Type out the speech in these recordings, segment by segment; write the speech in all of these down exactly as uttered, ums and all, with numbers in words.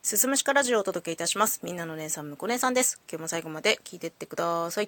すすむしかラジオをお届けいたします。みんなの姉さん、むこ姉さんです。今日も最後まで聞いてってください。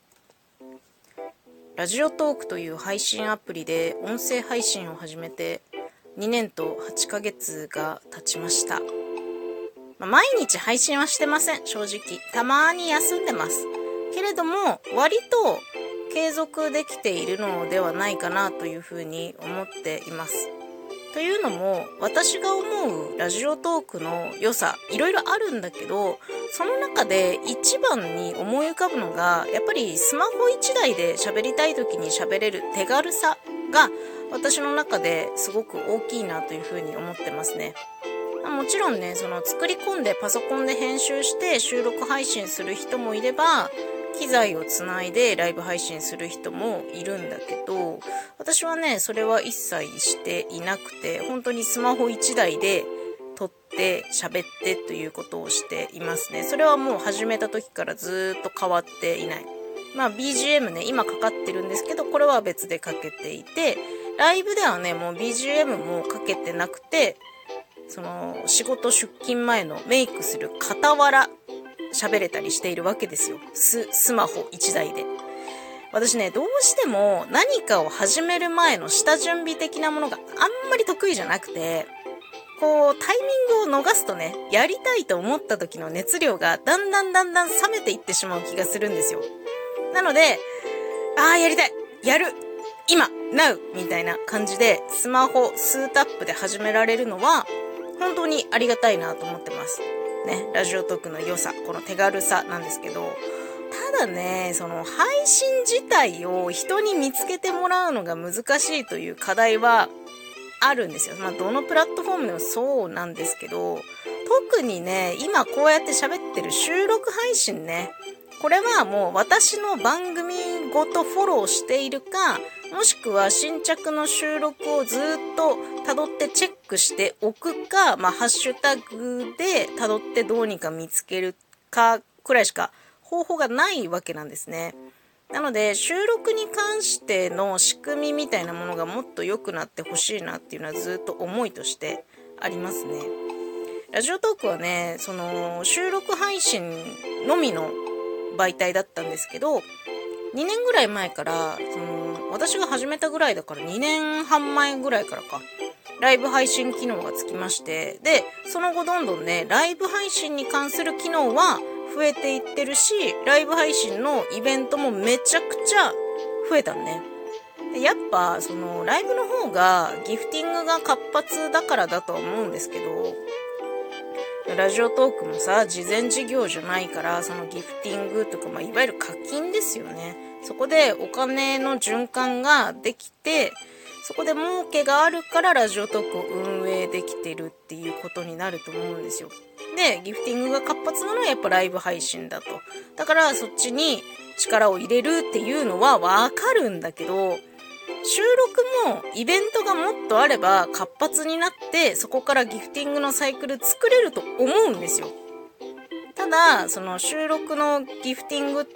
ラジオトークという配信アプリで音声配信を始めてにねんとはちかげつが経ちました。まあ、毎日配信はしてません、正直。たまに休んでます。けれども、割と継続できているのではないかなというふうに思っています。というのも、私が思うラジオトークの良さ、いろいろあるんだけど、その中で一番に思い浮かぶのが、やっぱりスマホ一台で喋りたい時に喋れる手軽さが、私の中ですごく大きいなというふうに思ってますね。もちろんね、その作り込んでパソコンで編集して収録配信する人もいれば、機材をつないでライブ配信する人もいるんだけど、私はね、それは一切していなくて、本当にスマホ一台で撮って喋ってということをしていますね。それはもう始めた時からずっと変わっていない。まあ ビージーエム ね、今かかってるんですけど、これは別でかけていて、ライブではね、もう ビージーエム もかけてなくて、その仕事出勤前のメイクする傍ら喋れたりしているわけですよ。ス、スマホ一台で。私ね、どうしても何かを始める前の下準備的なものがあんまり得意じゃなくて、こう、タイミングを逃すとね、やりたいと思った時の熱量がだんだんだんだん冷めていってしまう気がするんですよ。なので、あーやりたいやる今 ナウ みたいな感じでスマホ数タップで始められるのは本当にありがたいなと思ってますね。ラジオトークの良さ、この手軽さなんですけど、ただね、その配信自体を人に見つけてもらうのが難しいという課題はあるんですよ。まあどのプラットフォームでもそうなんですけど、特にね、今こうやって喋ってる収録配信ね、これはもう私の番組ごとフォローしているか、もしくは新着の収録をずっと辿ってチェックしておくか、まあハッシュタグで辿ってどうにか見つけるかくらいしか方法がないわけなんですね。なので収録に関しての仕組みみたいなものがもっと良くなってほしいなっていうのはずっと思いとしてありますね。ラジオトークはね、その収録配信のみの媒体だったんですけど、にねんぐらい前から、その私が始めたぐらいだからにねんはん前ぐらいからか、ライブ配信機能がつきまして、で、その後どんどんね、ライブ配信に関する機能は増えていってるし、ライブ配信のイベントもめちゃくちゃ増えたね。でやっぱ、そのライブの方がギフティングが活発だからだとは思うんですけど、ラジオトークもさ、事前事業じゃないから、そのギフティングとか、まあ、いわゆる課金ですよね。そこでお金の循環ができて、そこで儲けがあるからラジオトークを運営できてるっていうことになると思うんですよ。で、ギフティングが活発なのはやっぱライブ配信だと。だからそっちに力を入れるっていうのはわかるんだけど、収録もイベントがもっとあれば活発になって、そこからギフティングのサイクル作れると思うんですよ。ただその収録のギフティングって、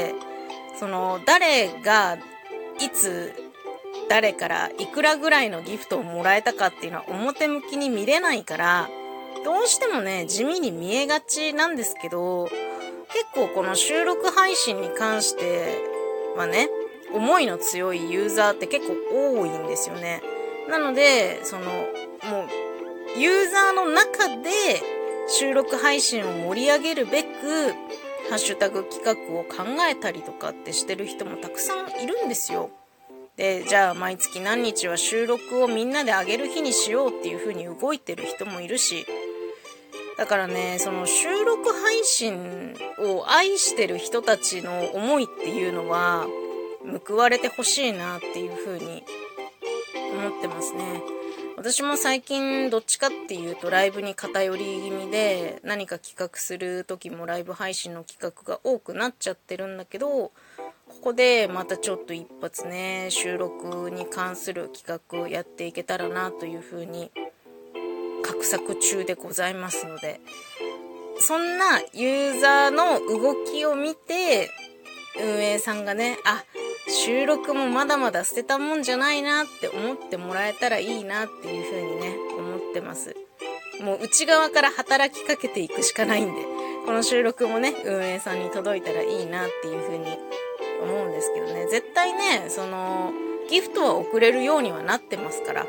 その誰がいつ誰からいくらぐらいのギフトをもらえたかっていうのは表向きに見れないから、どうしてもね、地味に見えがちなんですけど、結構この収録配信に関してはね、思いの強いユーザーって結構多いんですよね。なので、その、もう、ユーザーの中で収録配信を盛り上げるべく、ハッシュタグ企画を考えたりとかってしてる人もたくさんいるんですよ。で、じゃあ毎月何日は収録をみんなで上げる日にしようっていう風に動いてる人もいるし、だからね、その収録配信を愛してる人たちの思いっていうのは、報われてほしいなっていう風に思ってますね。私も最近どっちかっていうとライブに偏り気味で、何か企画する時もライブ配信の企画が多くなっちゃってるんだけど、ここでまたちょっと一発ね、収録に関する企画をやっていけたらなという風に画策中でございますので、そんなユーザーの動きを見て、運営さんがね、あ、収録もまだまだ捨てたもんじゃないなって思ってもらえたらいいなっていう風にね、思ってます。 もう内側から働きかけていくしかないんで、この収録もね、運営さんに届いたらいいなっていうふうに思うんですけどね。絶対ね、その、ギフトは送れるようにはなってますから。うん。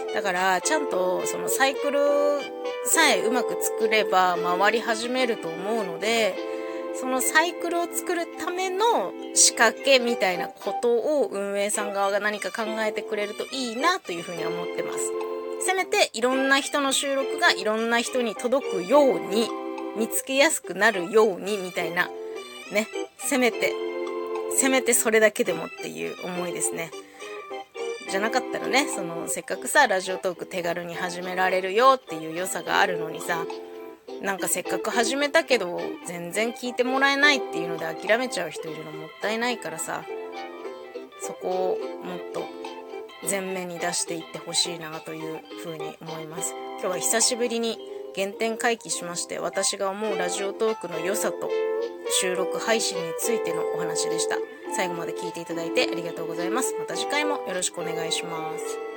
だから、ちゃんとそのサイクルさえうまく作れば回り始めると思うので、そのサイクルを作るための仕掛けみたいなことを運営さん側が何か考えてくれるといいなというふうに思ってます。せめていろんな人の収録がいろんな人に届くように、見つけやすくなるようにみたいな、ね、せめて、せめてそれだけでもっていう思いですね。じゃなかったらね、そのせっかくさ、ラジオトーク手軽に始められるよっていう良さがあるのにさ、なんかせっかく始めたけど全然聞いてもらえないっていうので諦めちゃう人いるのもったいないからさ、そこをもっと前面に出していってほしいなというふうに思います。今日は久しぶりに原点回帰しまして、私が思うラジオトークの良さと収録配信についてのお話でした。最後まで聞いていただいてありがとうございます。また次回もよろしくお願いします。